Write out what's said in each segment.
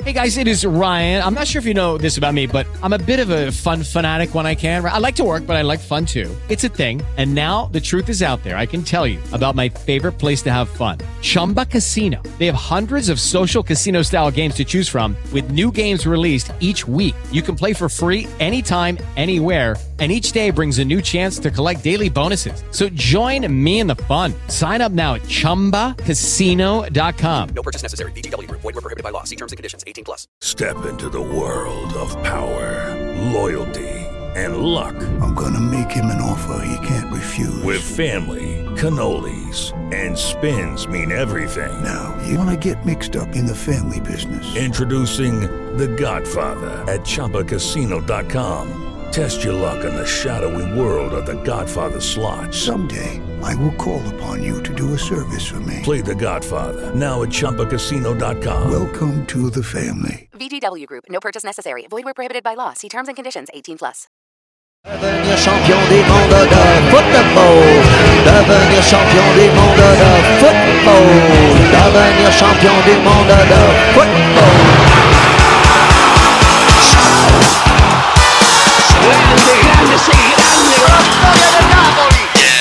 Hey guys, it is Ryan. I'm not sure if you know this about me, but I'm a bit of a fun fanatic when I can. I like to work, but I like fun too. It's a thing. And now the truth is out there. I can tell you about my favorite place to have fun. Chumba Casino. They have hundreds of social casino style games to choose from with new games released each week. You can play for free anytime, anywhere. And each day brings a new chance to collect daily bonuses. So join me in the fun. Sign up now at ChumbaCasino.com. No purchase necessary. VGW Group. Void where prohibited by law. See terms and conditions. 18+. Step into the world of power, loyalty, and luck. I'm gonna make him an offer he can't refuse. With family, cannolis, and spins mean everything. Now, you wanna get mixed up in the family business. Introducing The Godfather at ChumbaCasino.com. Test your luck in the shadowy world of The Godfather slot. Someday, I will call upon you to do a service for me. Play The Godfather now at ChumbaCasino.com. Welcome to the family. VGW Group. No purchase necessary. Void where prohibited by law. See terms and conditions. 18+. Devenir champion des mondes de football. Devenir champion des mondes de football. Devenir champion des mondes de football. Grande, grande, sei grande. La storia del Napoli.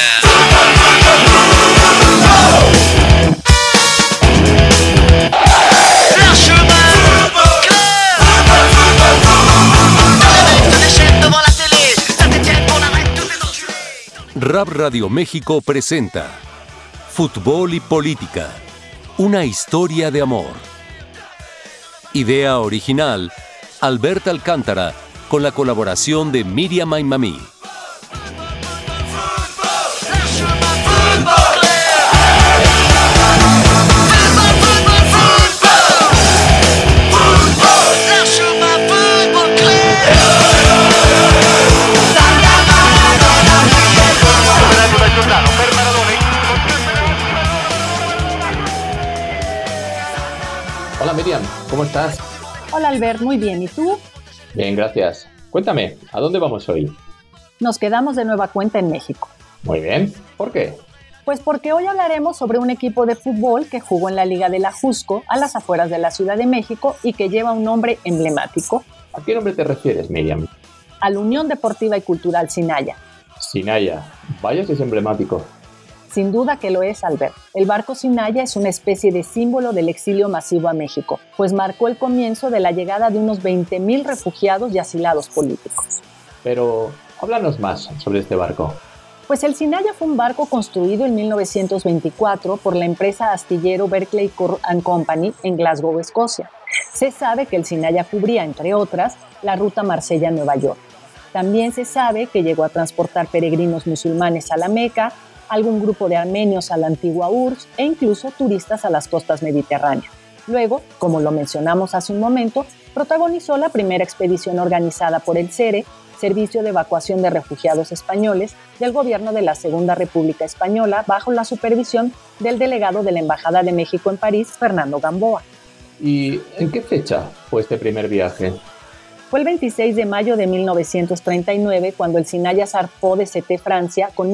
La chemin. Rap Radio México presenta Fútbol y Política, una historia de amor. Idea original, Albert Alcántara, con la colaboración de Miriam Aimamí. Hola Miriam, ¿cómo estás? Hola Albert, muy bien. ¿Y tú? Bien, gracias. Cuéntame, ¿a dónde vamos hoy? Nos quedamos de nueva cuenta en México. Muy bien, ¿por qué? Pues porque hoy hablaremos sobre un equipo de fútbol que jugó en la Liga de la Jusco, a las afueras de la Ciudad de México, y que lleva un nombre emblemático. ¿A qué nombre te refieres, Miriam? A la Unión Deportiva y Cultural Sinaya. Sinaya, vaya si es emblemático. Sin duda que lo es, Albert. El barco Sinaya es una especie de símbolo del exilio masivo a México, pues marcó el comienzo de la llegada de unos 20,000 refugiados y asilados políticos. Pero, háblanos más sobre este barco. Pues el Sinaya fue un barco construido en 1924 por la empresa astillero Berkeley Core & Company en Glasgow, Escocia. Se sabe que el Sinaya cubría, entre otras, la ruta Marsella-Nueva York. También se sabe que llegó a transportar peregrinos musulmanes a la Meca, algún grupo de armenios a la antigua URSS e incluso turistas a las costas mediterráneas. Luego, como lo mencionamos hace un momento, protagonizó la primera expedición organizada por el SERE, Servicio de Evacuación de Refugiados Españoles, del gobierno de la Segunda República Española, bajo la supervisión del delegado de la Embajada de México en París, Fernando Gamboa. ¿Y en qué fecha fue este primer viaje? Fue el 26 de mayo de 1939 cuando el Sinaya zarpó de Sète, Francia, con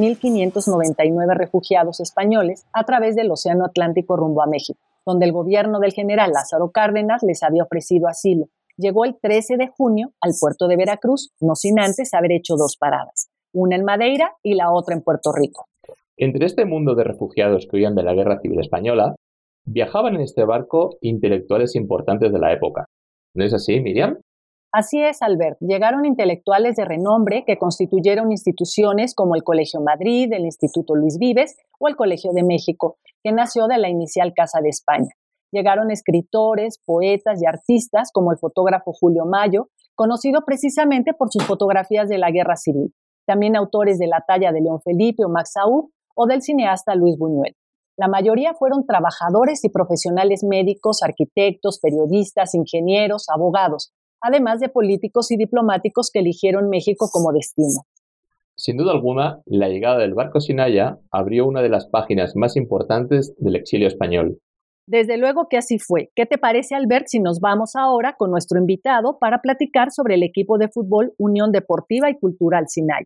1,599 refugiados españoles a través del Océano Atlántico rumbo a México, donde el gobierno del general Lázaro Cárdenas les había ofrecido asilo. Llegó el 13 de junio al puerto de Veracruz, no sin antes haber hecho 2 paradas, una en Madeira y la otra en Puerto Rico. Entre este mundo de refugiados que huían de la Guerra Civil Española, viajaban en este barco intelectuales importantes de la época. ¿No es así, Miriam? Así es, Albert. Llegaron intelectuales de renombre que constituyeron instituciones como el Colegio Madrid, el Instituto Luis Vives o el Colegio de México, que nació de la inicial Casa de España. Llegaron escritores, poetas y artistas como el fotógrafo Julio Mayo, conocido precisamente por sus fotografías de la Guerra Civil. También autores de la talla de León Felipe o Max Aub o del cineasta Luis Buñuel. La mayoría fueron trabajadores y profesionales médicos, arquitectos, periodistas, ingenieros, abogados, además de políticos y diplomáticos que eligieron México como destino. Sin duda alguna, la llegada del barco Sinaya abrió una de las páginas más importantes del exilio español. Desde luego que así fue. ¿Qué te parece, Albert, si nos vamos ahora con nuestro invitado para platicar sobre el equipo de fútbol Unión Deportiva y Cultural Sinaya?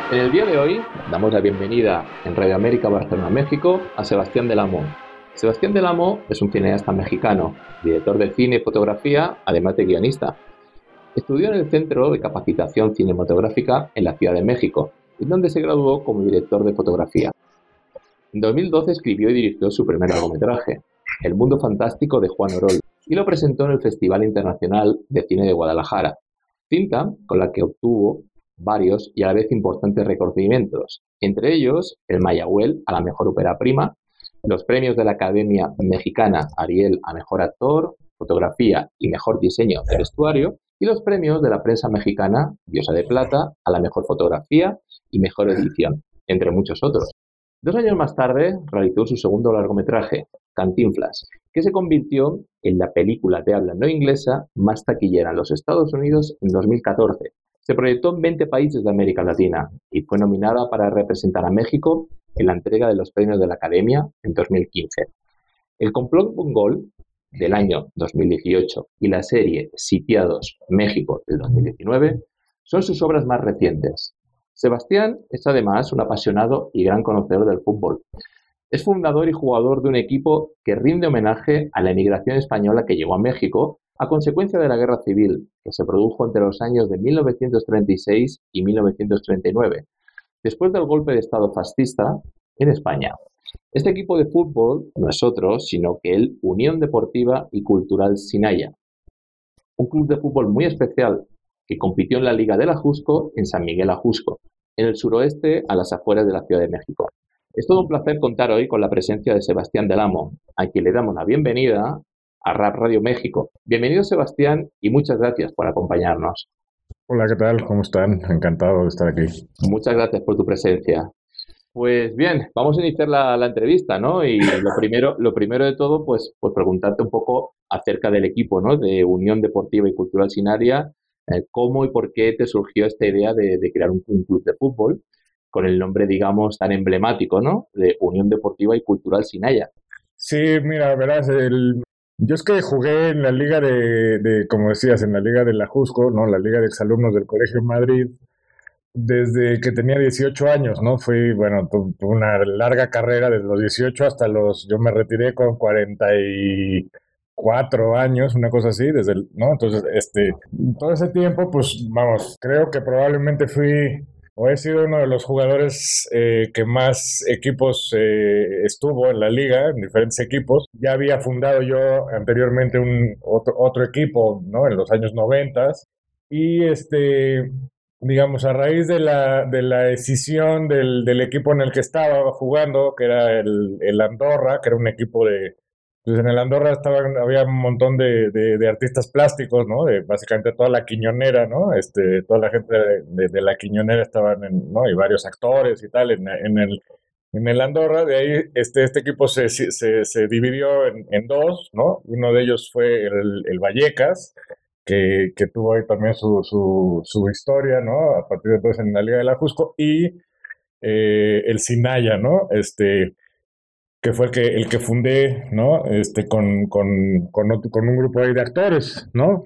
En el día de hoy damos la bienvenida en Radio América Barcelona, México, a Sebastián Del Amo. Sebastián Del Amo es un cineasta mexicano, director de cine y fotografía, además de guionista. Estudió en el Centro de Capacitación Cinematográfica en la Ciudad de México, en donde se graduó como director de fotografía. En 2012 escribió y dirigió su primer largometraje, El Mundo Fantástico de Juan Orol, y lo presentó en el Festival Internacional de Cine de Guadalajara, cinta con la que obtuvo varios y a la vez importantes reconocimientos, entre ellos el Mayagüel a la mejor ópera prima, los premios de la Academia Mexicana Ariel a mejor actor, fotografía y mejor diseño de vestuario, y los premios de la prensa mexicana Diosa de Plata a la mejor fotografía y mejor edición, entre muchos otros. 2 años más tarde realizó su segundo largometraje, Cantinflas, que se convirtió en la película de habla no inglesa más taquillera en los Estados Unidos en 2014. Se proyectó en 20 países de América Latina y fue nominada para representar a México en la entrega de los premios de la Academia en 2015. El complot mongol del año 2018 y la serie Sitiados México del 2019 son sus obras más recientes. Sebastián es además un apasionado y gran conocedor del fútbol. Es fundador y jugador de un equipo que rinde homenaje a la emigración española que llegó a México a consecuencia de la Guerra Civil, que se produjo entre los años de 1936 y 1939, después del golpe de Estado fascista en España. Este equipo de fútbol no es otro, sino que el Unión Deportiva y Cultural Sinaya, un club de fútbol muy especial que compitió en la Liga del Ajusco en San Miguel Ajusco, en el suroeste a las afueras de la Ciudad de México. Es todo un placer contar hoy con la presencia de Sebastián Del Amo, a quien le damos la bienvenida a Rap Radio México. Bienvenido, Sebastián, y muchas gracias por acompañarnos. Hola, ¿qué tal? ¿Cómo están? Encantado de estar aquí. Muchas gracias por tu presencia. Pues bien, vamos a iniciar la entrevista, ¿no? Y lo primero de todo, pues preguntarte un poco acerca del equipo, ¿no? De Unión Deportiva y Cultural Sinaia, cómo y por qué te surgió esta idea de crear un club de fútbol con el nombre, digamos, tan emblemático, ¿no? De Unión Deportiva y Cultural Sinaia. Sí, mira, verás, yo es que jugué en la liga como decías, en la liga del Ajusco, ¿no? La liga de exalumnos del Colegio Madrid, desde que tenía 18 años, ¿no? Tuve una larga carrera desde los 18 hasta yo me retiré con 44 años, una cosa así, ¿no? Entonces, todo ese tiempo, pues, vamos, creo que probablemente he sido uno de los jugadores que más equipos estuvo en la liga, en diferentes equipos. Ya había fundado yo anteriormente otro equipo, ¿no? En los años 90. Y digamos, a raíz de la decisión del equipo en el que estaba jugando, que era el Andorra, que era un equipo pues en el Andorra había un montón de artistas plásticos, ¿no? De básicamente toda la Quiñonera, ¿no? Toda la gente de la Quiñonera estaban, ¿no? Y varios actores y tal en el Andorra. De ahí este equipo se dividió en dos, ¿no? Uno de ellos fue el Vallecas, que tuvo ahí también su historia, ¿no? A partir de entonces en la Liga del Ajusco, y el Sinaya, ¿no? Que fue el que fundé, ¿no? Con un grupo ahí de actores, ¿no?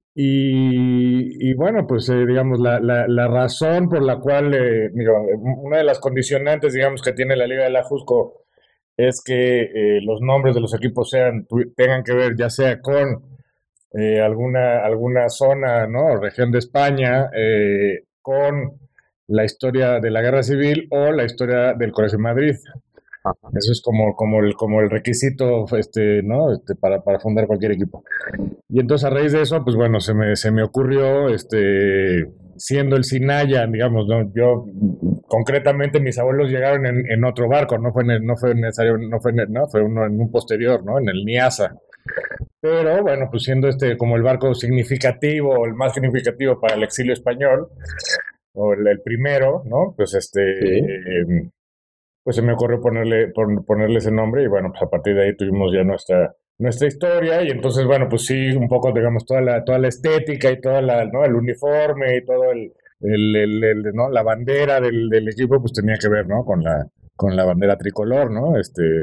Y bueno, pues digamos, la razón por la cual, una de las condicionantes, digamos, que tiene la Liga del Ajusco es que los nombres de los equipos tengan que ver ya sea con alguna zona, ¿no? O región de España, con la historia de la Guerra Civil o la historia del Colegio de Madrid. Eso es como el requisito, ¿no? Para fundar cualquier equipo. Y entonces a raíz de eso, pues bueno, se me ocurrió, siendo el Sinaya, digamos, ¿no? Yo concretamente mis abuelos llegaron en otro barco, fue uno en un posterior, ¿no? En el Niasa. Pero bueno, pues siendo como el barco significativo, el más significativo para el exilio español, o el primero, ¿no? Pues Sí. pues se me ocurrió ponerle ese nombre, y bueno, pues a partir de ahí tuvimos ya nuestra historia. Y entonces, bueno, pues sí, un poco, digamos, toda la estética y ¿no? El uniforme y todo ¿no? La bandera del equipo, pues tenía que ver, ¿no? Con la bandera tricolor, ¿no?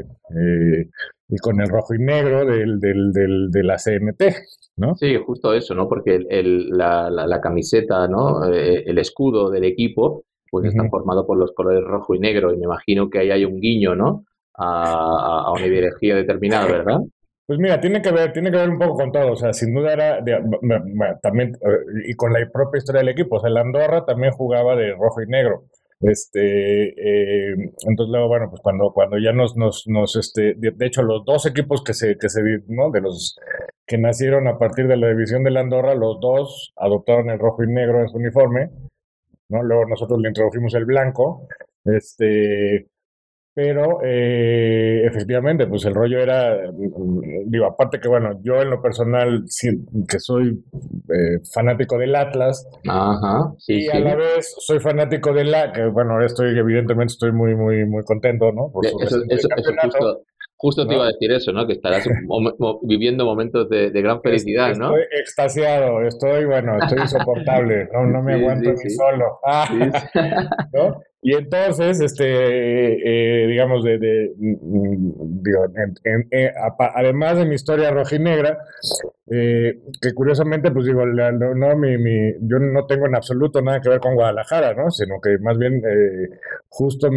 Y con el rojo y negro de la CMT, ¿no? Sí, justo eso, ¿no? Porque la camiseta, ¿no? El escudo del equipo pues está formado por los colores rojo y negro, y me imagino que ahí hay un guiño, ¿no? A una ideología determinada, ¿verdad? Pues mira, tiene que ver un poco con todo, o sea, sin duda era también, y con la propia historia del equipo, o sea, el Andorra también jugaba de rojo y negro. Entonces luego, bueno, pues cuando ya de hecho, los dos equipos ¿no? De los que nacieron a partir de la división del Andorra, los dos adoptaron el rojo y negro en su uniforme, ¿no? Luego nosotros le introdujimos el blanco, pero efectivamente, pues el rollo era, digo, aparte que bueno, yo en lo personal, sí, que soy fanático del Atlas, ajá, sí, y a la vez soy fanático que bueno, ahora evidentemente estoy muy, muy, muy contento, ¿no? Por su eso justo ¿no? Te iba a decir eso, ¿no? Que estarás viviendo momentos de gran felicidad, ¿no? Estoy extasiado, estoy insoportable, no me aguanto ni solo. ¿No? Y entonces, digamos, digo, además de mi historia rojinegra, que curiosamente, pues digo, yo no tengo en absoluto nada que ver con Guadalajara, ¿no? Sino que más bien justo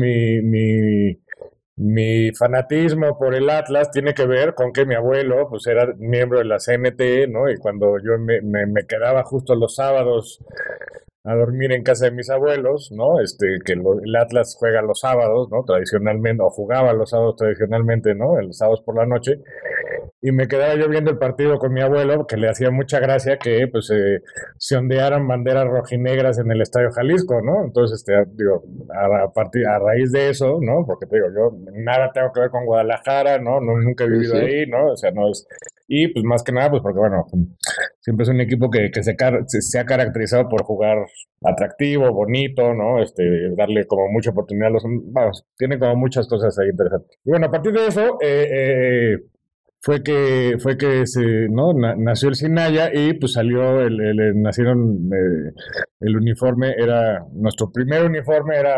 mi fanatismo por el Atlas tiene que ver con que mi abuelo pues era miembro de la CNT, ¿no? Y cuando yo me quedaba justo los sábados a dormir en casa de mis abuelos, ¿no? El Atlas juega los sábados, ¿no? Tradicionalmente, o jugaba los sábados tradicionalmente, ¿no? Los sábados por la noche. Y me quedaba yo viendo el partido con mi abuelo, que le hacía mucha gracia que pues se ondearan banderas rojinegras en el Estadio Jalisco, ¿no? Entonces, digo, a raíz de eso, ¿no? Porque te digo, yo nada tengo que ver con Guadalajara, ¿no? Nunca he vivido ahí, ¿no? O sea, no es... Y pues más que nada, pues porque bueno, siempre es un equipo que se ha caracterizado por jugar atractivo, bonito, ¿no? Darle como mucha oportunidad a vamos, tiene como muchas cosas ahí interesantes. Y bueno, a partir de eso, fue que ¿no? Nació el Sinaya y pues salió nacieron el uniforme, nuestro primer uniforme era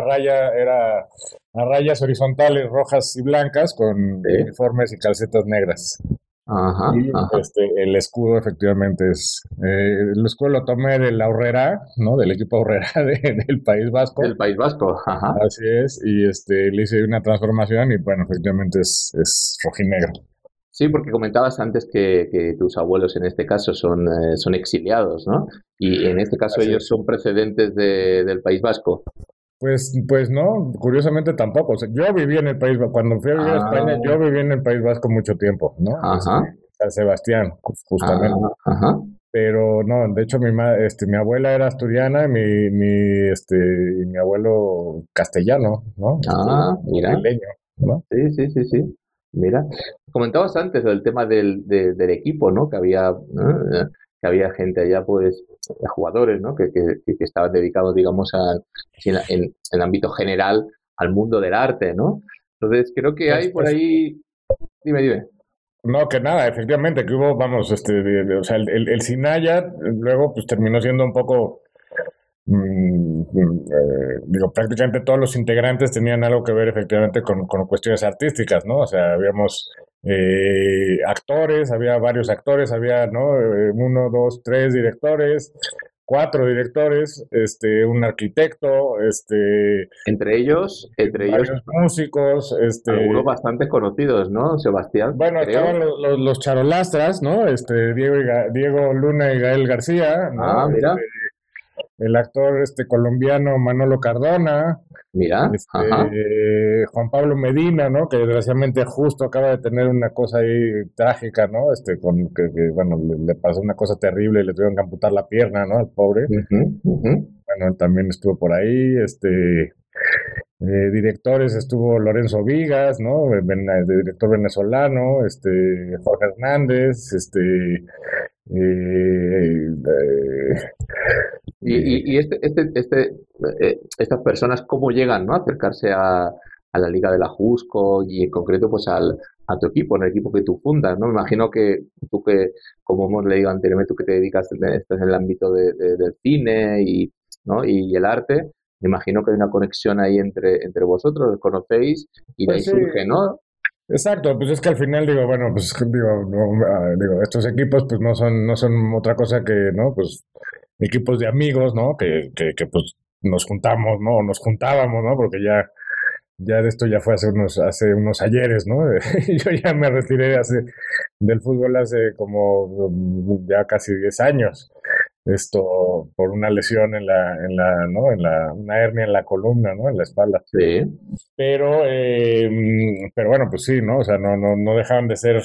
a rayas horizontales rojas y blancas con uniformes y calcetas negras. Ajá, y el escudo efectivamente el escudo lo tomé de la Aurrera, ¿no? Del equipo Aurrera del País Vasco. Del País Vasco, ajá. Así es, y le hice una transformación y bueno, efectivamente es rojinegro. Sí, porque comentabas antes que tus abuelos en este caso son exiliados, ¿no? Y en este caso ellos son precedentes del País Vasco. Pues no, curiosamente tampoco. O sea, yo viví en el País Vasco, cuando fui a vivir a España, yo viví en el País Vasco mucho tiempo, ¿no? Ajá. San Sebastián, justamente. Ajá. Pero no, de hecho mi abuela era asturiana y mi abuelo castellano, ¿no? Mira. Leño, ¿no? Sí. Mira, comentabas antes del tema del equipo, ¿no? Que había gente allá, pues, jugadores, ¿no? Que estaban dedicados, digamos, en el ámbito general al mundo del arte, ¿no? Entonces, creo que hay por ahí... Dime. No, que nada, efectivamente, que hubo, vamos, o sea, el Sinaya luego, pues, terminó siendo un poco... digo, prácticamente todos los integrantes tenían algo que ver efectivamente con cuestiones artísticas, ¿no? O sea, habíamos actores, había varios actores, había, ¿no? 1, 2, 3 directores, 4 directores, un arquitecto, entre ellos varios músicos, algunos bastante conocidos, ¿no, Sebastián? Bueno, estaban los charolastras, ¿no? Diego Luna y Gael García, ¿no? Mira. El actor colombiano Manolo Cardona, mira, Juan Pablo Medina, ¿no? Que desgraciadamente justo acaba de tener una cosa ahí trágica, ¿no? Bueno, le pasó una cosa terrible y le tuvieron que amputar la pierna, ¿no? Al pobre. Bueno, él también estuvo por ahí, directores estuvo Lorenzo Vigas, ¿no? Director venezolano, Jorge Hernández, y estas personas, ¿cómo llegan, ¿no? a acercarse a la Liga de la Jusco y en concreto pues a tu equipo, en el equipo que tú fundas, ¿no? Me imagino que tú como hemos leído anteriormente, tú que te dedicas, estás en el ámbito del cine ¿no? y el arte, me imagino que hay una conexión ahí entre vosotros, los conocéis y de ahí surge, ¿no? Exacto, pues es que al final bueno, pues estos equipos pues no son otra cosa que, ¿no? Pues equipos de amigos, ¿no? Que pues nos juntamos, ¿no? O nos juntábamos, ¿no? Porque ya de esto ya fue hace unos ayeres, ¿no? Yo ya me retiré del fútbol hace como ya casi 10 años. Esto por una lesión una hernia en la columna, ¿no? En la espalda. Sí. Pero bueno, pues sí, ¿no? O sea, no dejaban de ser,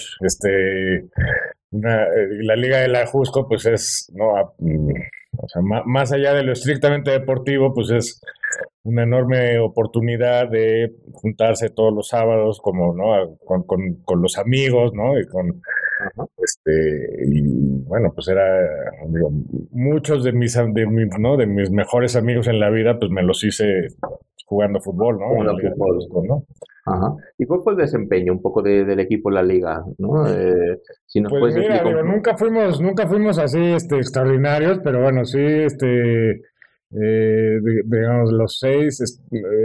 la Liga de la Jusco, pues es, ¿no? O sea, más allá de lo estrictamente deportivo, pues es una enorme oportunidad de juntarse todos los sábados, como, ¿no? Con los amigos, ¿no? Y y bueno, pues digo, muchos de mis mejores amigos en la vida, pues me los hice jugando fútbol, ¿no? Jugando fútbol, ¿no? Ajá. ¿Y cuál fue el desempeño un poco del equipo en la liga, ¿no? Si nos pues puedes mira, digo, nunca fuimos así, extraordinarios, pero bueno, sí, digamos, los 6,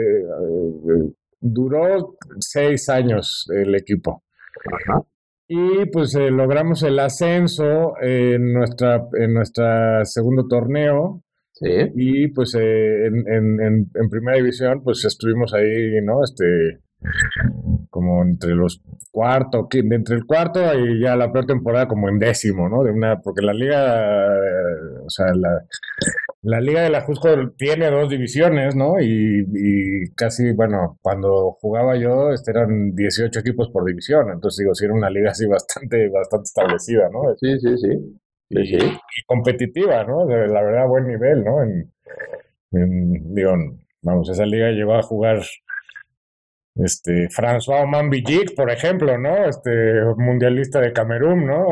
duró 6 años el equipo. Ajá. Y pues logramos el ascenso en nuestra segundo torneo. Sí. Y pues en primera división pues estuvimos ahí, ¿no? Como entre el cuarto y ya la peor temporada como en 10º, ¿no? Porque la liga, o sea, la Liga de la Jusco tiene 2 divisiones, ¿no? Y casi, bueno, cuando jugaba yo, eran 18 equipos por división. Entonces, digo, sí era una liga así bastante establecida, ¿no? Sí. Y competitiva, ¿no? La verdad, buen nivel, ¿no? Digo, vamos, esa liga llegó a jugar François Oman Villic, por ejemplo, ¿no? Mundialista de Camerún, ¿no?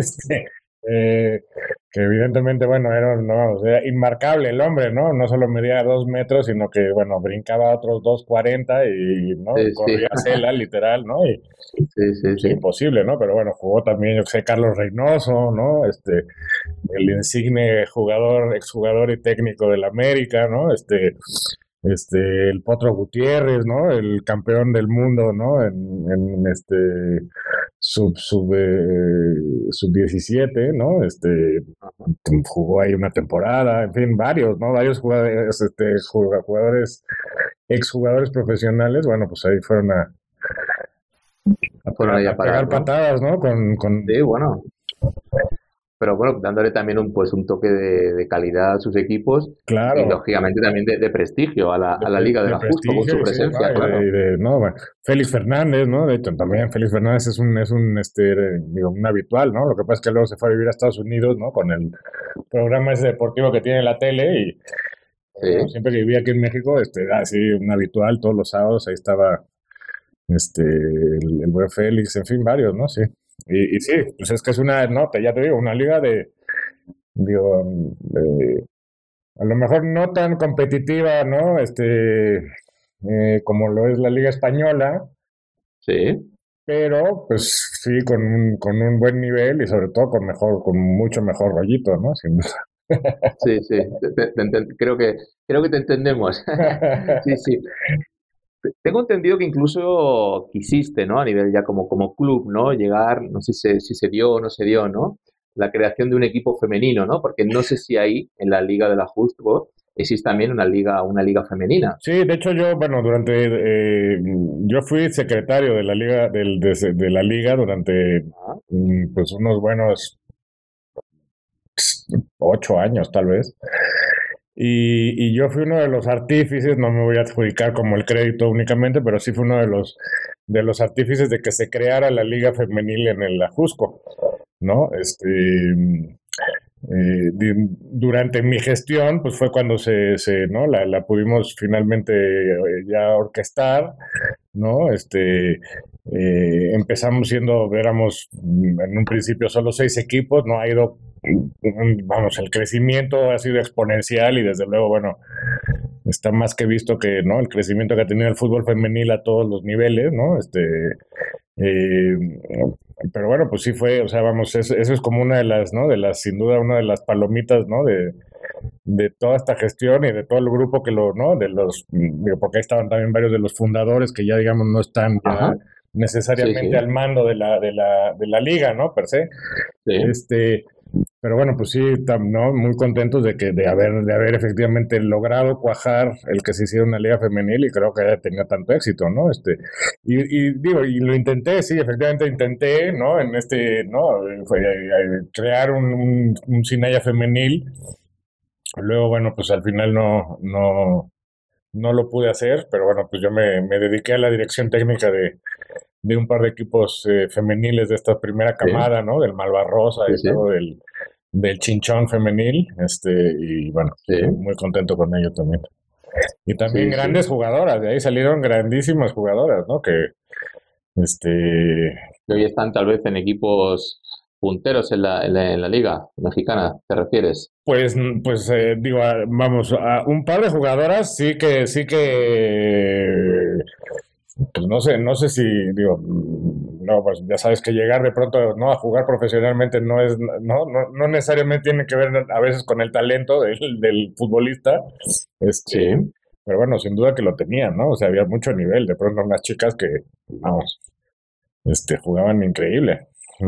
Que evidentemente, bueno, era inmarcable el hombre, ¿no? No solo medía 2 metros, sino que, bueno, brincaba otros 2.40 y, ¿no? Corría cela, literal, ¿no? Y, sí. Imposible, ¿no? Pero bueno, jugó también, yo sé, Carlos Reynoso, ¿no? El insigne exjugador y técnico del América, ¿no? El Potro Gutiérrez, ¿no? El campeón del mundo, ¿no? En sub-17, ¿no? Jugó ahí una temporada, en fin, varios jugadores, exjugadores profesionales, bueno, pues ahí fueron a pegar patadas, ¿no? Sí, bueno. Pero bueno, dándole también un toque de calidad a sus equipos. Claro. Y lógicamente también de prestigio a la Liga de la Jusco con su presencia, sí, claro. Bueno, Félix Fernández, ¿no? De hecho, también Félix Fernández es un habitual, ¿no? Lo que pasa es que luego se fue a vivir a Estados Unidos, ¿no? Con el programa ese deportivo que tiene la tele y bueno, siempre que vivía aquí en México, así un habitual, todos los sábados, ahí estaba el buen Félix, en fin, varios, ¿no? Sí. Y sí, pues es que es ya te digo, una liga a lo mejor no tan competitiva, ¿no? Como lo es la Liga Española. Sí. Pero, pues sí, con un buen nivel y sobre todo con mucho mejor rollito, ¿no? Sin duda. Sí. Creo que te entendemos. Sí. Tengo entendido que incluso quisiste, ¿no? A nivel ya como club, ¿no? Llegar, no sé si se dio o no se dio, ¿no? La creación de un equipo femenino, ¿no? Porque no sé si ahí, en la Liga de la Jusco, existe también una liga femenina. Sí, de hecho yo, bueno, yo fui secretario de la liga, de la liga durante, pues unos buenos 8 años, tal vez. Y yo fui uno de los artífices, no me voy a adjudicar como el crédito únicamente, pero sí fui uno de los artífices de que se creara la liga femenil en el Ajusco, ¿no? Durante mi gestión, pues fue cuando ¿no? La pudimos finalmente ya orquestar, ¿no? Empezamos éramos en un principio solo 6 equipos, no ha ido, vamos, el crecimiento ha sido exponencial y desde luego, bueno, está más que visto que, ¿no? El crecimiento que ha tenido el fútbol femenil a todos los niveles, ¿no? Pero bueno, pues sí fue, o sea, vamos, eso es como una de las, ¿no? Sin duda, una de las palomitas, ¿no? De toda esta gestión y de todo el grupo que ¿no? Porque ahí estaban también varios de los fundadores que ya, digamos, no están ya necesariamente al mando de la liga, ¿no? Per se. Sí. Pero bueno, pues sí, ¿no? Muy contentos de haber efectivamente logrado cuajar el que se hiciera una liga femenil, y creo que haya tenido tanto éxito, ¿no? Y lo intenté, sí, efectivamente intenté, ¿no? Crear un Sinaya femenil. Luego, bueno, pues al final no lo pude hacer, pero bueno, pues yo me dediqué a la dirección técnica de un par de equipos femeniles de esta primera camada, ¿no? Del Malvarrosa y todo del Chinchón femenil, y bueno, muy contento con ello también. Y también grandes jugadoras, de ahí salieron grandísimas jugadoras, ¿no? Que hoy están tal vez en equipos punteros en la liga mexicana, ¿te refieres? Pues digo, vamos, a un par de jugadoras sí que pues no sé si, digo, no, pues ya sabes que llegar de pronto, ¿no? A jugar profesionalmente no no necesariamente tiene que ver a veces con el talento del futbolista, pero bueno, sin duda que lo tenían, ¿no? O sea, había mucho nivel, de pronto unas chicas que, vamos, jugaban increíble.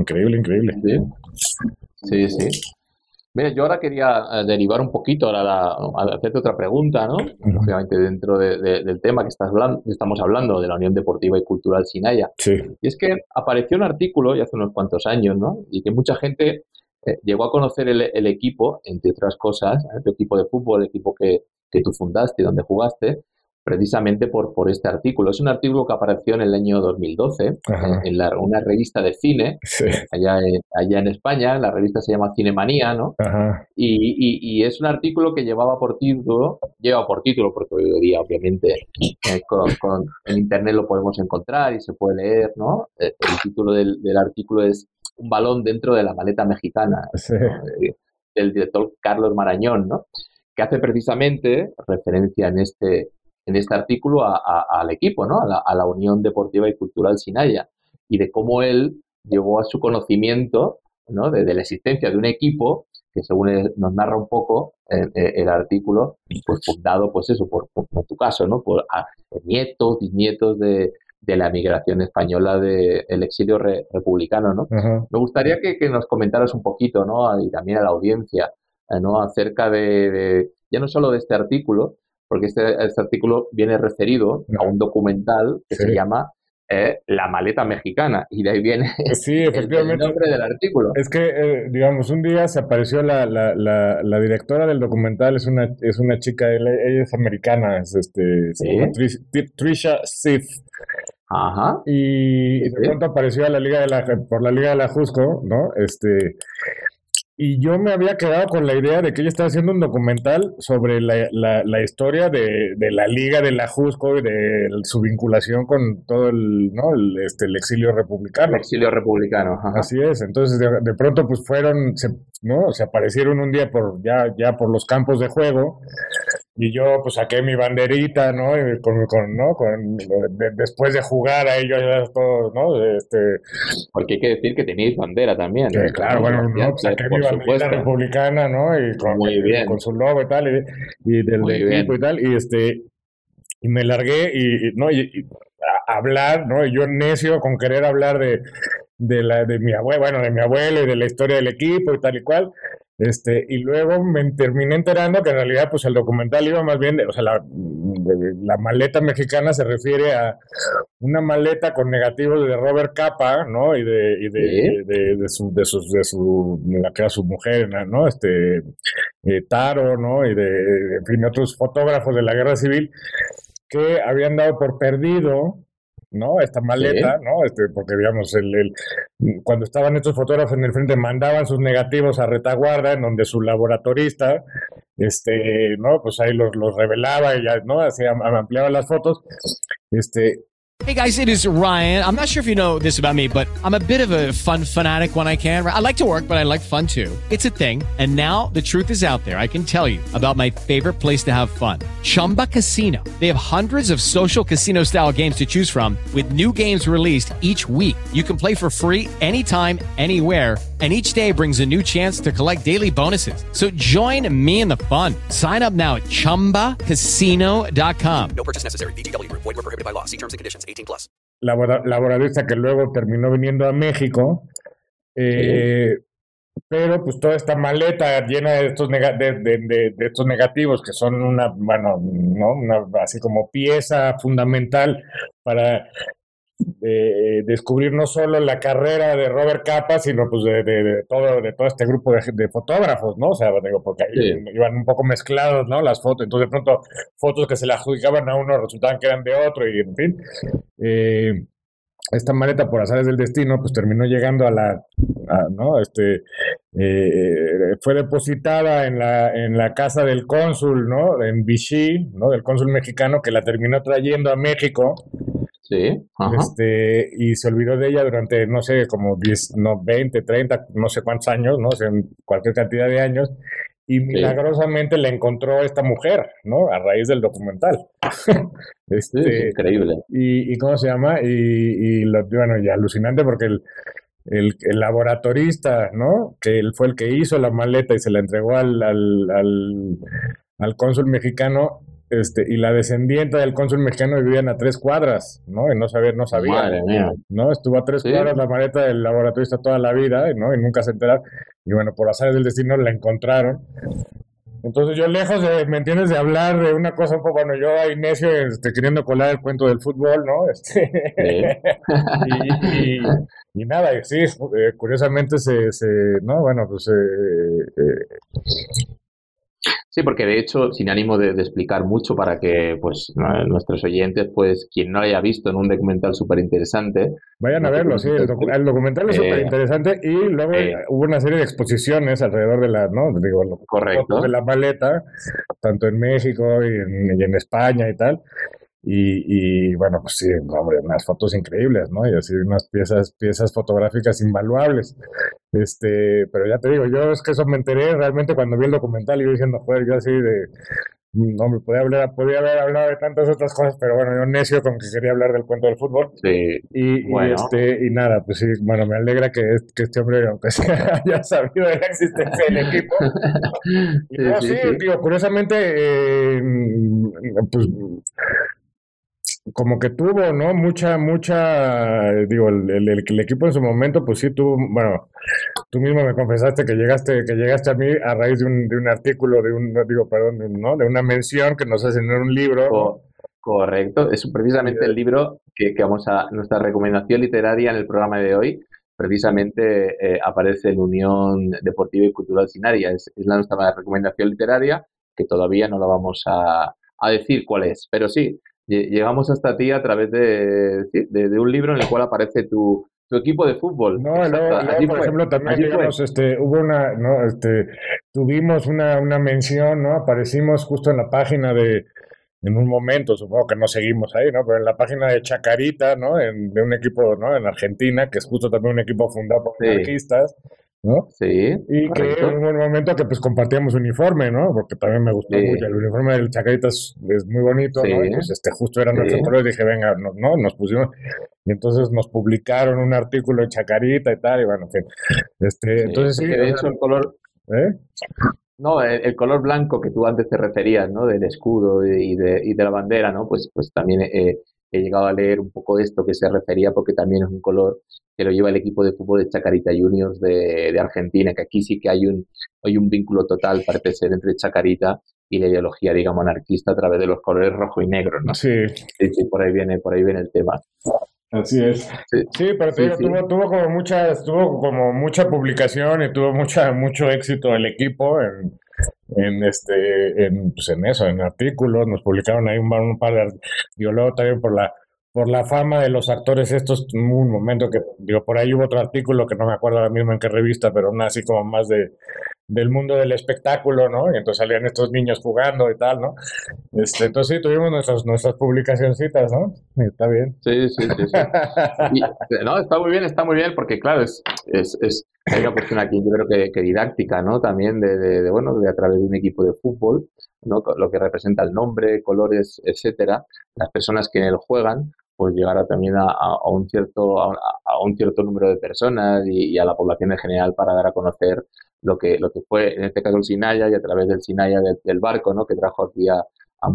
Sí. Mira, yo ahora quería derivar un poquito a hacerte otra pregunta, ¿no? Obviamente dentro del tema que estamos hablando, de la Unión Deportiva y Cultural Sinaya. Sí. Y es que apareció un artículo ya hace unos cuantos años, ¿no? Y que mucha gente llegó a conocer el equipo, entre otras cosas, tu equipo de fútbol, el equipo que tú fundaste y donde jugaste, precisamente por este artículo. Es un artículo que apareció en el año 2012 en una revista de cine, allá en España. La revista se llama Cinemanía, ¿no? Y es un artículo que lleva por título, porque hoy día obviamente en internet lo podemos encontrar y se puede leer, ¿no? El título del artículo es Un balón dentro de la maleta mexicana, ¿no? Del director Carlos Marañón, ¿no? Que hace precisamente referencia en este artículo al equipo, ¿no? A la Unión Deportiva y Cultural Sinaya, y de cómo él llegó a su conocimiento, ¿no? de la existencia de un equipo que, según nos narra un poco el artículo, pues fundado, pues eso, en tu caso, ¿no? Por nietos, bisnietos de la migración española del exilio republicano, ¿no? Me gustaría que nos comentaras un poquito, ¿no? Y también a la audiencia, ¿no? Acerca de ya no solo de este artículo, porque este artículo viene referido a un documental que se llama La maleta mexicana, y de ahí viene el nombre del artículo. Es que, digamos, un día se apareció la directora del documental, es una chica, ella es americana, se llama Trisha Sith. Ajá. Y de pronto apareció por la Liga de la Jusco, ¿no? Y yo me había quedado con la idea de que ella estaba haciendo un documental sobre la historia de la Liga de la Jusco y de su vinculación con todo el exilio republicano. El exilio republicano, ajá. Así es. Entonces, de pronto, pues se aparecieron un día ya por los campos de juego. Y yo pues saqué mi banderita, ¿no? Y después de jugar a ellos ya todos, ¿no? Porque hay que decir que tenéis bandera también. Claro, bueno, ¿no? Saqué mi banderita republicana, ¿no? Y con su logo y tal, y del equipo y tal, y me largué y a hablar, ¿no? Y yo necio con querer hablar de mi abuelo, de mi abuelo y de la historia del equipo y tal y cual. Y luego me terminé enterando que en realidad pues el documental iba más bien la maleta mexicana se refiere a una maleta con negativos de Robert Capa, ¿no? Y de la que era su mujer, ¿no? Taro, ¿no? Y en fin, otros fotógrafos de la Guerra Civil que habían dado por perdido, ¿no? Esta maleta, ¿no? Porque digamos, cuando estaban estos fotógrafos en el frente, mandaban sus negativos a retaguarda, en donde su laboratorista, ¿no? Pues ahí los revelaba y ya, ¿no? Así ampliaba las fotos, Hey guys, it is Ryan. I'm not sure if you know this about me, but I'm a bit of a fun fanatic when I can. I like to work, but I like fun too. It's a thing. And now the truth is out there. I can tell you about my favorite place to have fun. Chumba Casino. They have hundreds of social casino style games to choose from with new games released each week. You can play for free anytime, anywhere. And each day brings a new chance to collect daily bonuses. So join me in the fun. Sign up now at ChumbaCasino.com. No purchase necessary. VGW Group. Void where prohibited by law. See terms and conditions. 18+. Laboratorista que luego terminó viniendo a México. pero pues toda esta maleta llena de estos, de estos negativos que son bueno, ¿no? Así como pieza fundamental para descubrir no solo la carrera de Robert Capa, sino pues de todo este grupo de fotógrafos, ¿no? O sea, digo, porque ahí iban un poco mezclados, ¿no? Las fotos, entonces de pronto fotos que se le adjudicaban a uno resultaban que eran de otro y en fin. Esta maleta, por azares del destino, pues terminó llegando ¿no? Fue depositada en la casa del cónsul, ¿no? En Vichy, ¿no? Del cónsul mexicano que la terminó trayendo a México. Sí, ajá. Y se olvidó de ella durante, no sé, como 10, no, 20, 30, no sé cuántos años, ¿no? O sea, cualquier cantidad de años. Y milagrosamente la encontró esta mujer, ¿no? A raíz del documental. Sí, es increíble. ¿Y cómo se llama? Bueno, y alucinante porque el laboratorista, ¿no? Que él fue el que hizo la maleta y se la entregó al cónsul mexicano, y la descendiente del cónsul mexicano vivían a 3 cuadras, ¿no? Y no sabía, Madre mía. ¿no? Estuvo a 3 cuadras la maleta del laboratorista toda la vida, ¿no? Y nunca se enteraron. Y bueno, por azares del destino la encontraron. Entonces yo lejos de, ¿me entiendes? De hablar de una cosa un poco, bueno, yo ahí necio, queriendo colar el cuento del fútbol, ¿no? Y nada, y sí, curiosamente no, bueno, pues Sí, porque de hecho, sin ánimo de explicar mucho para que pues nuestros oyentes, pues quien no lo haya visto en un documental súper interesante. Vayan a verlo, sí, el documental es súper interesante y luego hubo una serie de exposiciones alrededor de ¿no? Digo, correcto. De la maleta, tanto en México y en España y tal. Y bueno, pues sí, hombre, unas fotos increíbles, ¿no? Y así unas piezas fotográficas invaluables. Pero ya te digo, yo es que eso me enteré realmente cuando vi el documental y yo diciendo, joder, yo así hombre, podía haber hablado de tantas otras cosas, pero bueno, yo necio con que quería hablar del cuento del fútbol. Sí. Bueno. Y nada, pues sí, bueno, me alegra que este hombre, aunque sea, haya sabido de la existencia del equipo. Y sí, digo, curiosamente, pues como que tuvo, ¿no? Digo, el equipo en su momento, pues sí tuvo, bueno, tú mismo me confesaste que llegaste a mí a raíz de un artículo, ¿no? De una mención que nos hacen en un libro. Correcto, es precisamente el libro que vamos a, nuestra recomendación literaria en el programa de hoy, precisamente aparece en Unión Deportiva y Cultural Sinaria, es nuestra recomendación literaria, que todavía no la vamos a decir cuál es, pero sí, llegamos hasta ti a través de un libro en el cual aparece tu equipo de fútbol. No, luego, por ejemplo, también, digamos, hubo ¿no? Tuvimos una mención, ¿no? Aparecimos justo en la página en un momento, supongo que no seguimos ahí, ¿no? Pero en la página de Chacarita, ¿no? De un equipo, ¿no? En Argentina, que es justo también un equipo fundado por anarquistas, ¿no? Sí. Y correcto. Que en un momento que pues compartíamos uniforme, ¿no? Porque también me gustó mucho. El uniforme del Chacarita es muy bonito, ¿no? Y pues justo eran nuestros colores. Dije, venga, no, nos pusimos. Y entonces nos publicaron un artículo en Chacarita y tal, y bueno, en fin. Entonces sí. De hecho, el color. No, el color blanco que tú antes te referías, ¿no? Del escudo y de la bandera, ¿no? Pues también he llegado a leer un poco de esto que se refería, porque también es un color que lo lleva el equipo de fútbol de Chacarita Juniors de Argentina, que aquí sí que hay un vínculo total, parece ser, entre Chacarita y la ideología, digamos, anarquista a través de los colores rojo y negro, ¿no? Sí. Sí, por ahí viene el tema. Así es. Sí, pero te digo, tuvo como mucha publicación y tuvo mucho éxito el equipo en eso, en artículos. Nos publicaron ahí un par de, digo, luego también por la fama de los actores estos, hubo un momento que, digo, por ahí hubo otro artículo que no me acuerdo ahora mismo en qué revista, pero una así como más del mundo del espectáculo, ¿no? Y entonces salían estos niños jugando y tal, ¿no? Entonces sí, tuvimos nuestras publicacioncitas, ¿no? Está bien. Sí. No, está muy bien, porque claro, hay una cuestión aquí, yo creo que didáctica, ¿no? También de a través de un equipo de fútbol, ¿no? Lo que representa el nombre, colores, etcétera, las personas que en él juegan, pues llegará también a un cierto número de personas y a la población en general, para dar a conocer lo que fue, en este caso, el Sinaya, y a través del Sinaya del barco, ¿no? Que trajo aquí a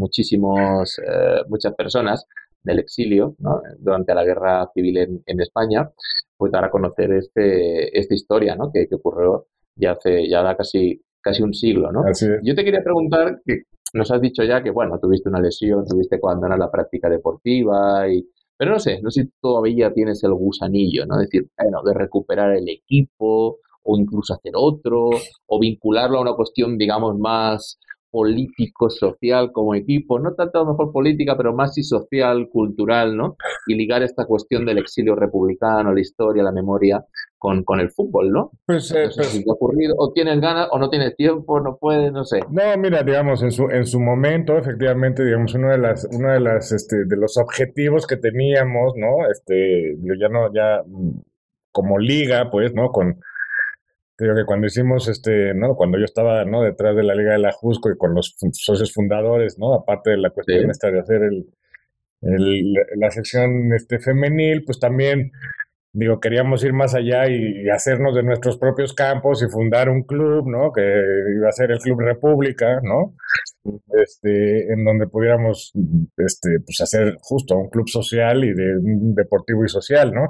muchas personas del exilio, ¿no? Durante la guerra civil en España, pues dar a conocer esta historia, ¿no? que ocurrió ya da casi un siglo, ¿no? Así es. Yo te quería preguntar, que nos has dicho ya que, bueno, tuviste una lesión, tuviste que abandonar la práctica deportiva, pero no sé si todavía tienes el gusanillo, ¿no? Es decir, bueno, de recuperar el equipo, o incluso hacer otro, o vincularlo a una cuestión, digamos, más político-social como equipo, no tanto a lo mejor política, pero más sí social, cultural, ¿no? Y ligar esta cuestión del exilio republicano, la historia, la memoria, con el fútbol, ¿no? Pues, No sé si te ha ocurrido, o tienes ganas, o no tienes tiempo, no puedes, no sé. no, mira, digamos, en su momento, efectivamente, digamos, de los objetivos que teníamos, ¿no? Yo como liga, pues, ¿no? Creo que cuando hicimos, ¿no? Cuando yo estaba, ¿no? Detrás de la Liga de la Jusco y con los socios fundadores, ¿no? Aparte de la cuestión esta de hacer la sección, femenil, pues también, digo, queríamos ir más allá y hacernos de nuestros propios campos y fundar un club, ¿no? Que iba a ser el Club República, ¿no? En donde pudiéramos, pues hacer justo un club social y un deportivo y social, ¿no?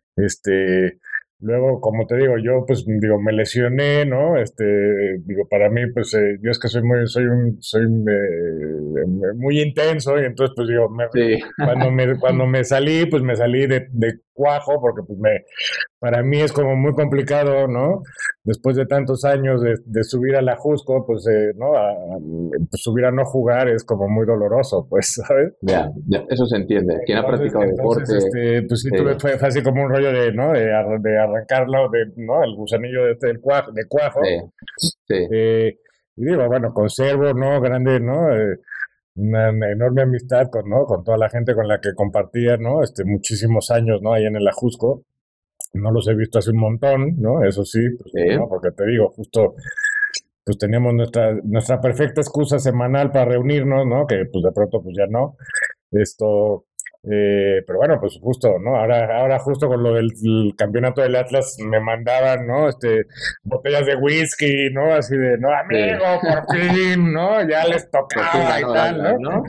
Luego, como te digo, yo pues digo, me lesioné, ¿no? Digo, para mí, pues yo es que soy muy intenso y entonces pues digo, cuando me salí, pues me salí de cuajo porque pues para mí es como muy complicado, ¿no? Después de tantos años de subir a la Jusco, pues, ¿no? Pues subir a no jugar es como muy doloroso, pues, ¿sabes? Ya, eso se entiende. ¿Quién ha practicado deporte? Pues sí, fue así como un rollo de, ¿no? De arrancarlo, ¿no? El gusanillo del cuajo. Sí. Y digo, bueno, conservo, ¿no? Grande, ¿no? Una enorme amistad con toda la gente con la que compartía, ¿no? Muchísimos años, ¿no? Ahí en el Ajusco. No los he visto hace un montón, ¿no? Eso sí, pues, ¿no? Porque te digo, justo, pues teníamos nuestra perfecta excusa semanal para reunirnos, ¿no? Que pues de pronto pues ya no. Pero bueno, pues justo, ¿no? Ahora justo con lo del campeonato del Atlas me mandaban, ¿no? Botellas de whisky, ¿no? Así de, no, amigo, por fin, ¿no? Ya les tocaba y tal, ¿no?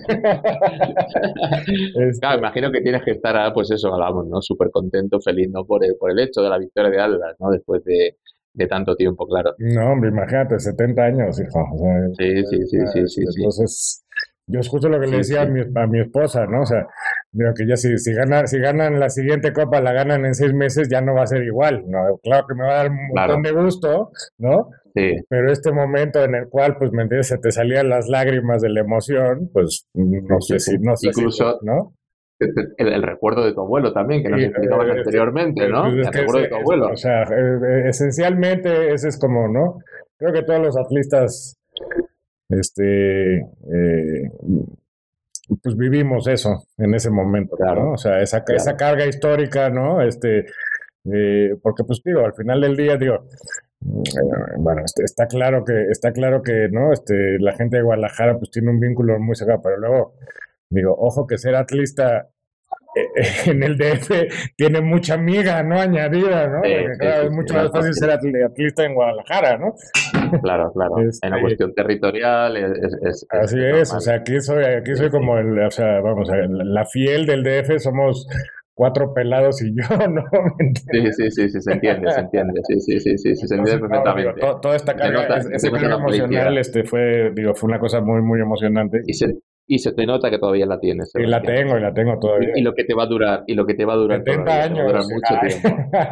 Claro, imagino que tienes que estar, pues eso, hablamos, ¿no? Súper contento, feliz, ¿no? Por el hecho de la victoria de Atlas, ¿no? Después de tanto tiempo, claro. No, hombre, imagínate, 70 años, hijo. O sea, sí. Entonces, yo es justo lo que le decía a mi esposa, ¿no? O sea, digo que ya si ganan la siguiente copa, la ganan en 6 meses, ya no va a ser igual, ¿no? Claro que me va a dar un montón de gusto, ¿no? Sí. Pero este momento en el cual, pues, ¿me entiendes? Se te salían las lágrimas de la emoción, pues, no sé si, incluso, ¿no? El recuerdo de tu abuelo también, que nos explicabas anteriormente, ¿no? Pues el recuerdo de tu abuelo. O sea, esencialmente ese es como, ¿no? Creo que todos los atletas, pues vivimos eso en ese momento, claro, ¿no? O sea, esa carga histórica, ¿no? Porque pues digo, al final del día, digo, bueno, está claro que, ¿no? La gente de Guadalajara pues tiene un vínculo muy cercano, pero luego, digo, ojo que ser atlista en el DF tiene mucha miga, ¿no? Añadida, ¿no? Porque claro, es mucho más fácil ser atlista en Guadalajara, ¿no? Claro. En la cuestión territorial así es, o sea, aquí soy como o sea, vamos, la fiel del DF somos 4 pelados y yo, ¿no? Sí, se entiende, se entiende perfectamente. Toda esta carga, ese carga emocional, fue una cosa muy, muy emocionante. Y se te nota que todavía la tienes. Y la tengo todavía. Y lo que te va a durar, 70 años. Durar mucho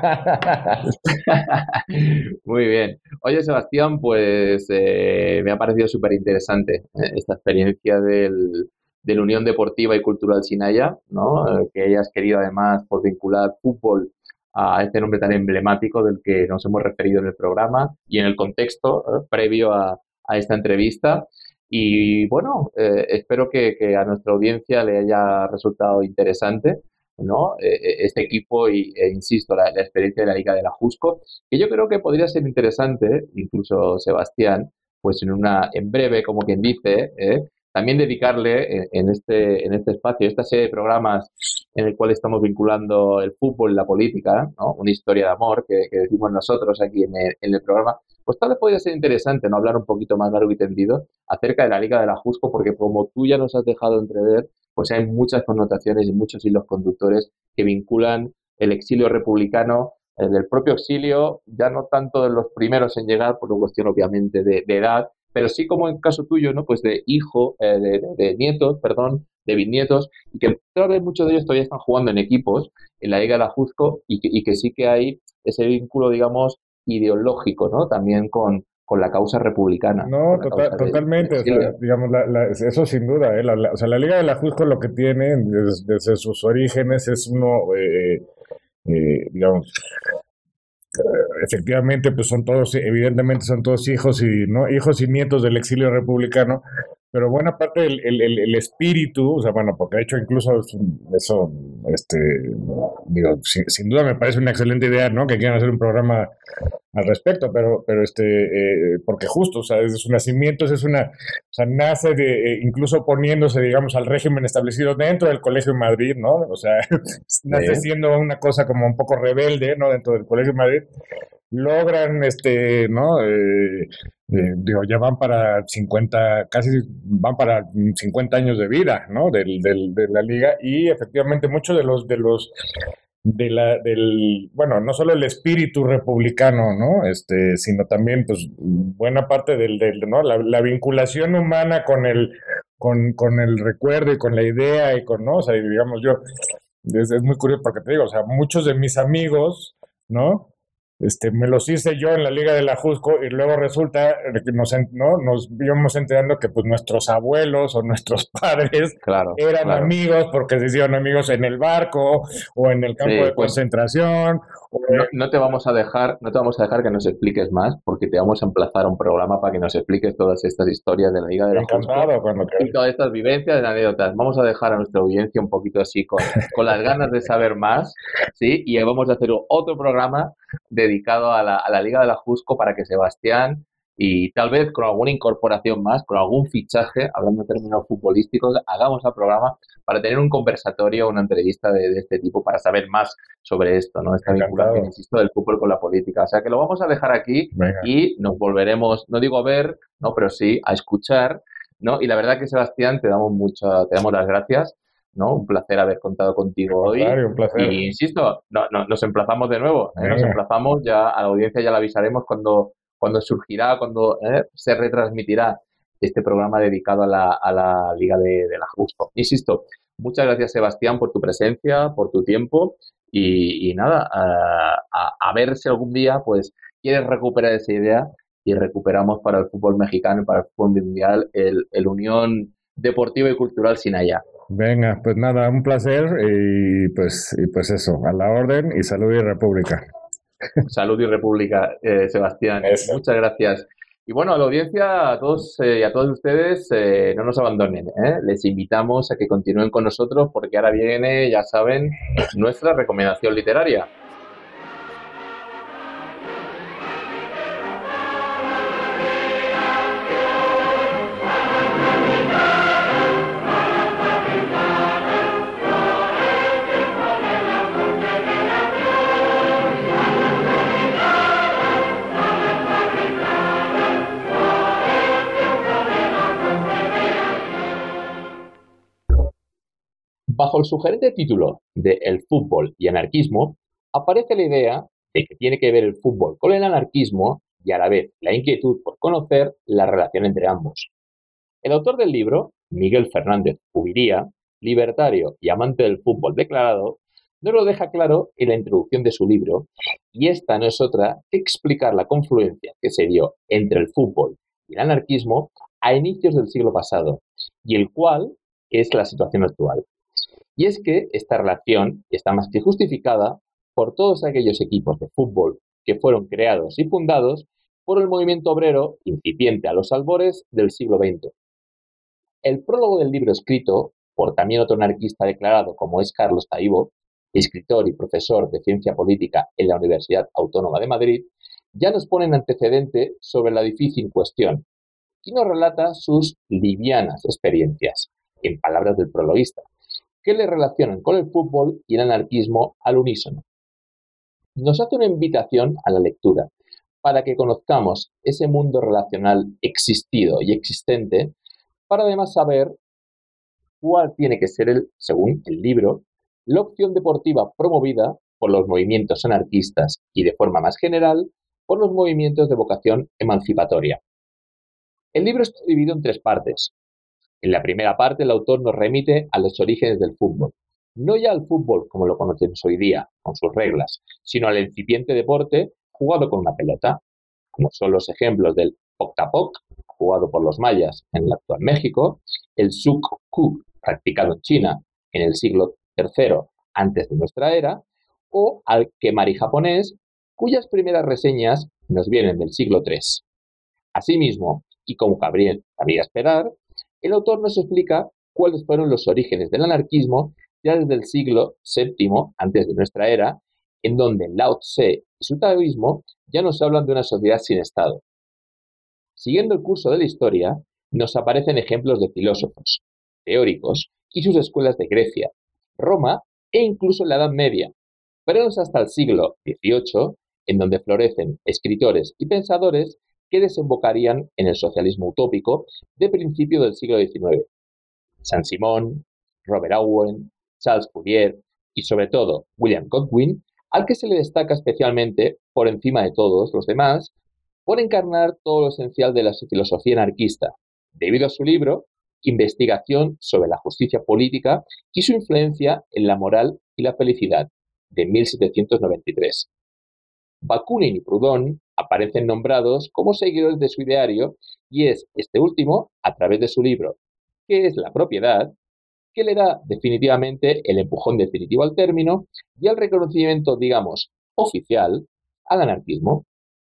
tiempo. Muy bien. Oye, Sebastián, pues me ha parecido súper interesante esta experiencia de la Unión Deportiva y Cultural Sinaia, ¿no? Que hayas querido además por vincular fútbol a este nombre tan emblemático del que nos hemos referido en el programa y en el contexto previo a esta entrevista. Y bueno, espero que a nuestra audiencia le haya resultado interesante, ¿no? Este equipo e insisto, la experiencia de la Liga de la Jusco, que yo creo que podría ser interesante, incluso Sebastián, pues en breve, como quien dice, también dedicarle en este espacio, esta serie de programas en el cual estamos vinculando el fútbol y la política, ¿no? Una historia de amor que decimos nosotros aquí en el programa, pues tal vez podría ser interesante, ¿no? Hablar un poquito más largo y tendido acerca de la Liga de la Jusco, porque como tú ya nos has dejado entrever, pues hay muchas connotaciones y muchos hilos conductores que vinculan el exilio republicano del propio exilio, ya no tanto de los primeros en llegar, por una cuestión obviamente de edad, pero sí como en el caso tuyo, ¿no? Pues de hijo, de nietos, perdón, de bisnietos, y que tal vez muchos de ellos todavía están jugando en equipos en la Liga de la Jusco y que sí que hay ese vínculo, digamos, ideológico, ¿no? También con la causa republicana. No, con la causa totalmente, del o sea, exilio. digamos, eso sin duda, o sea, la Liga de la Jusco lo que tiene desde sus orígenes es uno, digamos, efectivamente, pues son todos, evidentemente son todos hijos y no hijos y nietos del exilio republicano, pero buena parte del espíritu, o sea, bueno, porque de hecho incluso eso, digo, sin duda me parece una excelente idea, ¿no? Que quieran hacer un programa al respecto, pero porque justo, o sea, desde su nacimiento o sea, nace incluso oponiéndose, digamos, al régimen establecido dentro del Colegio de Madrid, ¿no? O sea, nace siendo una cosa como un poco rebelde, ¿no? Dentro del Colegio de Madrid. Logran, ¿no? Digo, ya van para 50, casi van para 50 años de vida, ¿no? De la liga y efectivamente muchos bueno, no solo el espíritu republicano, ¿no? Sino también, pues, buena parte ¿no? La vinculación humana con el recuerdo y con la idea y ¿no? O sea, digamos, es muy curioso porque te digo, o sea, muchos de mis amigos, ¿no? Me los hice yo en la Liga de la Jusco y luego resulta que nos íbamos enterando que pues nuestros abuelos o nuestros padres eran amigos porque se hicieron amigos en el barco o en el campo de concentración. No te vamos a dejar que nos expliques más porque te vamos a emplazar a un programa para que nos expliques todas estas historias de la Liga de la Jusco y todas estas vivencias, anécdotas. Vamos a dejar a nuestra audiencia un poquito así con las ganas de saber más, ¿sí? Y vamos a hacer otro programa dedicado a la Liga de la Jusco para que Sebastián y tal vez con alguna incorporación más, con algún fichaje, hablando de términos futbolísticos, hagamos el programa para tener un conversatorio, una entrevista de este tipo para saber más sobre esto, ¿no? Esta vinculación, insisto, del fútbol con la política. O sea que lo vamos a dejar aquí. Venga. Y nos volveremos, no digo a ver, no, pero sí a escuchar, ¿no? Y la verdad que Sebastián, te damos las gracias, ¿no? Un placer haber contado contigo hoy. Un placer. Y insisto, nos emplazamos de nuevo, nos emplazamos, ya a la audiencia ya la avisaremos cuando surgirá, cuando se retransmitirá este programa dedicado a la Liga de la Jusco. Insisto, muchas gracias Sebastián por tu presencia, por tu tiempo y nada, a ver si algún día pues quieres recuperar esa idea y recuperamos para el fútbol mexicano y para el fútbol mundial el Unión Deportiva y Cultural Sinaya. Venga, pues nada, un placer y pues eso, a la orden y salud y república. Salud y república, Sebastián. Eso. Muchas gracias. Y bueno, a la audiencia, a todos y a todos ustedes, no nos abandonen. Les invitamos a que continúen con nosotros porque ahora viene, ya saben, nuestra recomendación literaria. Bajo el sugerente título de El fútbol y anarquismo, aparece la idea de que tiene que ver el fútbol con el anarquismo y a la vez la inquietud por conocer la relación entre ambos. El autor del libro, Miguel Fernández Ubiría, libertario y amante del fútbol declarado, nos lo deja claro en la introducción de su libro, y esta no es otra que explicar la confluencia que se dio entre el fútbol y el anarquismo a inicios del siglo pasado, y el cual es la situación actual. Y es que esta relación está más que justificada por todos aquellos equipos de fútbol que fueron creados y fundados por el movimiento obrero incipiente a los albores del siglo XX. El prólogo del libro escrito por también otro anarquista declarado como es Carlos Taibo, escritor y profesor de ciencia política en la Universidad Autónoma de Madrid, ya nos pone en antecedente sobre la difícil cuestión y nos relata sus livianas experiencias, en palabras del prologuista, que le relacionan con el fútbol y el anarquismo al unísono. Nos hace una invitación a la lectura para que conozcamos ese mundo relacional existido y existente, para además saber cuál tiene que ser, según el libro, la opción deportiva promovida por los movimientos anarquistas y, de forma más general, por los movimientos de vocación emancipatoria. El libro está dividido en 3 partes. En la primera parte, el autor nos remite a los orígenes del fútbol. No ya al fútbol como lo conocemos hoy día, con sus reglas, sino al incipiente deporte jugado con una pelota, como son los ejemplos del octapoc, jugado por los mayas en el actual México, el suk-ku, practicado en China en el siglo III antes de nuestra era, o al kemari japonés, cuyas primeras reseñas nos vienen del siglo III. Asimismo, y como cabría esperar, el autor nos explica cuáles fueron los orígenes del anarquismo ya desde el siglo VII antes de nuestra era, en donde Lao Tse y su taoísmo ya nos hablan de una sociedad sin Estado. Siguiendo el curso de la historia, nos aparecen ejemplos de filósofos, teóricos y sus escuelas de Grecia, Roma e incluso la Edad Media, pero no es hasta el siglo XVIII en donde florecen escritores y pensadores que desembocarían en el socialismo utópico de principio del siglo XIX. Saint-Simon, Robert Owen, Charles Fourier y sobre todo William Godwin, al que se le destaca especialmente, por encima de todos los demás, por encarnar todo lo esencial de la filosofía anarquista, debido a su libro Investigación sobre la justicia política y su influencia en la moral y la felicidad, de 1793. Bakunin y Proudhon aparecen nombrados como seguidores de su ideario y es este último, a través de su libro ¿Qué es la propiedad?, que le da definitivamente el empujón definitivo al término y al reconocimiento, digamos, oficial al anarquismo.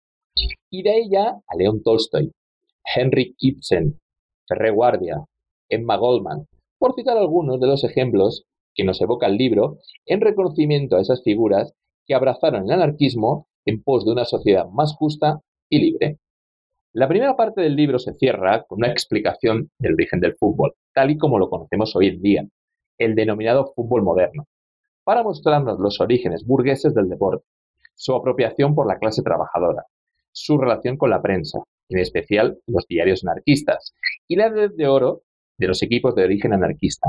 Y de ella a León Tolstoy, Henry Ibsen, Ferré Guardia, Emma Goldman, por citar algunos de los ejemplos que nos evoca el libro en reconocimiento a esas figuras que abrazaron el anarquismo en pos de una sociedad más justa y libre. La primera parte del libro se cierra con una explicación del origen del fútbol, tal y como lo conocemos hoy en día, el denominado fútbol moderno, para mostrarnos los orígenes burgueses del deporte, su apropiación por la clase trabajadora, su relación con la prensa, en especial los diarios anarquistas, y la edad de oro de los equipos de origen anarquista.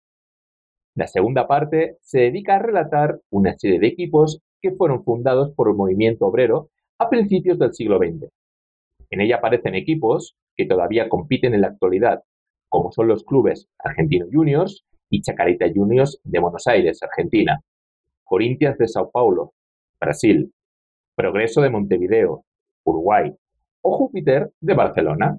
La segunda parte se dedica a relatar una serie de equipos que fueron fundados por el movimiento obrero a principios del siglo XX. En ella aparecen equipos que todavía compiten en la actualidad, como son los clubes Argentino Juniors y Chacarita Juniors de Buenos Aires, Argentina, Corinthians de Sao Paulo, Brasil, Progreso de Montevideo, Uruguay, o Júpiter de Barcelona.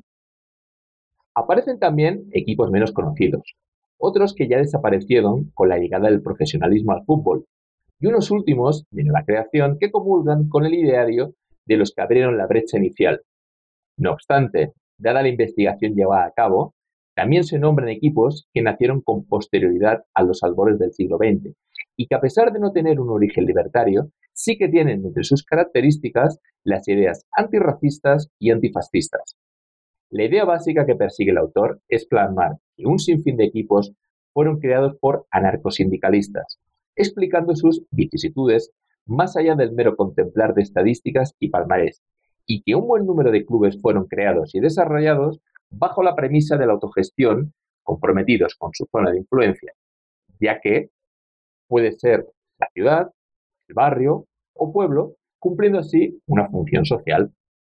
Aparecen también equipos menos conocidos, otros que ya desaparecieron con la llegada del profesionalismo al fútbol, y unos últimos de nueva creación que comulgan con el ideario de los que abrieron la brecha inicial. No obstante, dada la investigación llevada a cabo, también se nombran equipos que nacieron con posterioridad a los albores del siglo XX y que a pesar de no tener un origen libertario, sí que tienen entre sus características las ideas antirracistas y antifascistas. La idea básica que persigue el autor es plasmar que un sinfín de equipos fueron creados por anarcosindicalistas, explicando sus vicisitudes más allá del mero contemplar de estadísticas y palmarés, y que un buen número de clubes fueron creados y desarrollados bajo la premisa de la autogestión, comprometidos con su zona de influencia, ya que puede ser la ciudad, el barrio o pueblo, cumpliendo así una función social.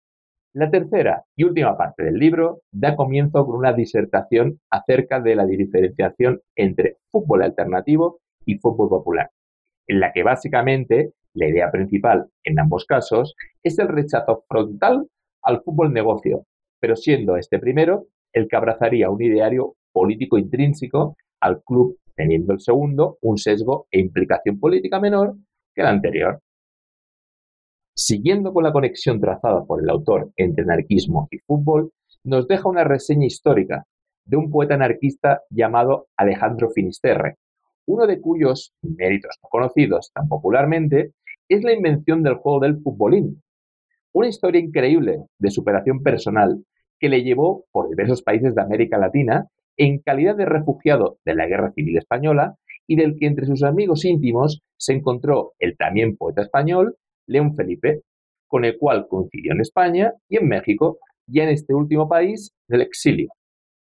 La tercera y última parte del libro da comienzo con una disertación acerca de la diferenciación entre fútbol alternativo y fútbol popular, en la que básicamente la idea principal en ambos casos es el rechazo frontal al fútbol negocio, pero siendo este primero el que abrazaría un ideario político intrínseco al club, teniendo el segundo un sesgo e implicación política menor que el anterior. Siguiendo con la conexión trazada por el autor entre anarquismo y fútbol, nos deja una reseña histórica de un poeta anarquista llamado Alejandro Finisterre, uno de cuyos méritos no conocidos tan popularmente es la invención del juego del futbolín, una historia increíble de superación personal que le llevó por diversos países de América Latina en calidad de refugiado de la Guerra Civil Española y del que entre sus amigos íntimos se encontró el también poeta español León Felipe, con el cual coincidió en España y en México, y en este último país del exilio.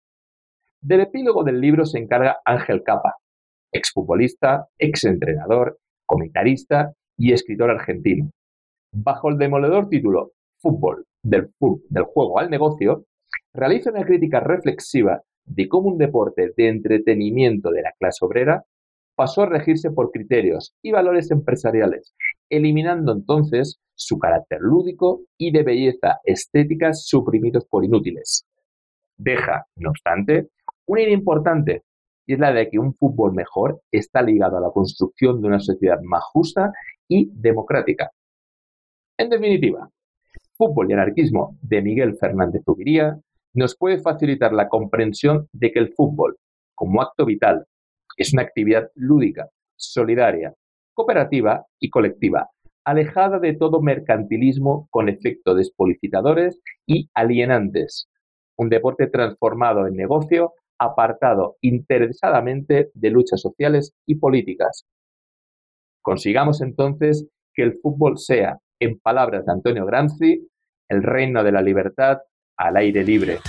Del epílogo del libro se encarga Ángel Capa, exfutbolista, exentrenador, comentarista y escritor argentino. Bajo el demoledor título Fútbol, del juego al negocio, realiza una crítica reflexiva de cómo un deporte de entretenimiento de la clase obrera pasó a regirse por criterios y valores empresariales, eliminando entonces su carácter lúdico y de belleza estética suprimidos por inútiles. Deja, no obstante, una idea importante, y es la de que un fútbol mejor está ligado a la construcción de una sociedad más justa y democrática. En definitiva, Fútbol y anarquismo de Miguel Fernández Zuviría nos puede facilitar la comprensión de que el fútbol, como acto vital, es una actividad lúdica, solidaria, cooperativa y colectiva, alejada de todo mercantilismo con efectos despolitizadores y alienantes. Un deporte transformado en negocio, apartado interesadamente de luchas sociales y políticas. Consigamos entonces que el fútbol sea, en palabras de Antonio Gramsci, el reino de la libertad al aire libre.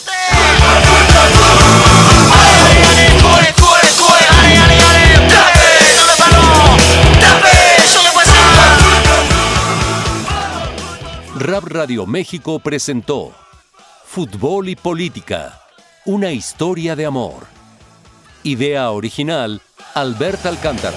Rap Radio México presentó Fútbol y Política, una historia de amor. Idea original, Albert Alcántara.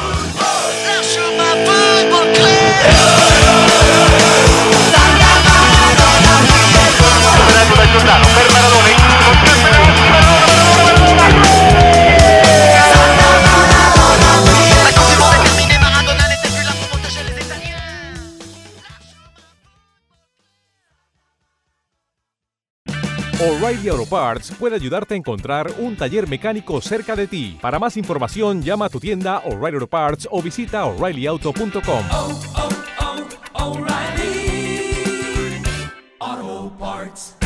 O'Reilly Auto Parts puede ayudarte a encontrar un taller mecánico cerca de ti. Para más información, llama a tu tienda O'Reilly Auto Parts o visita O'ReillyAuto.com. O'Reilly Auto Parts.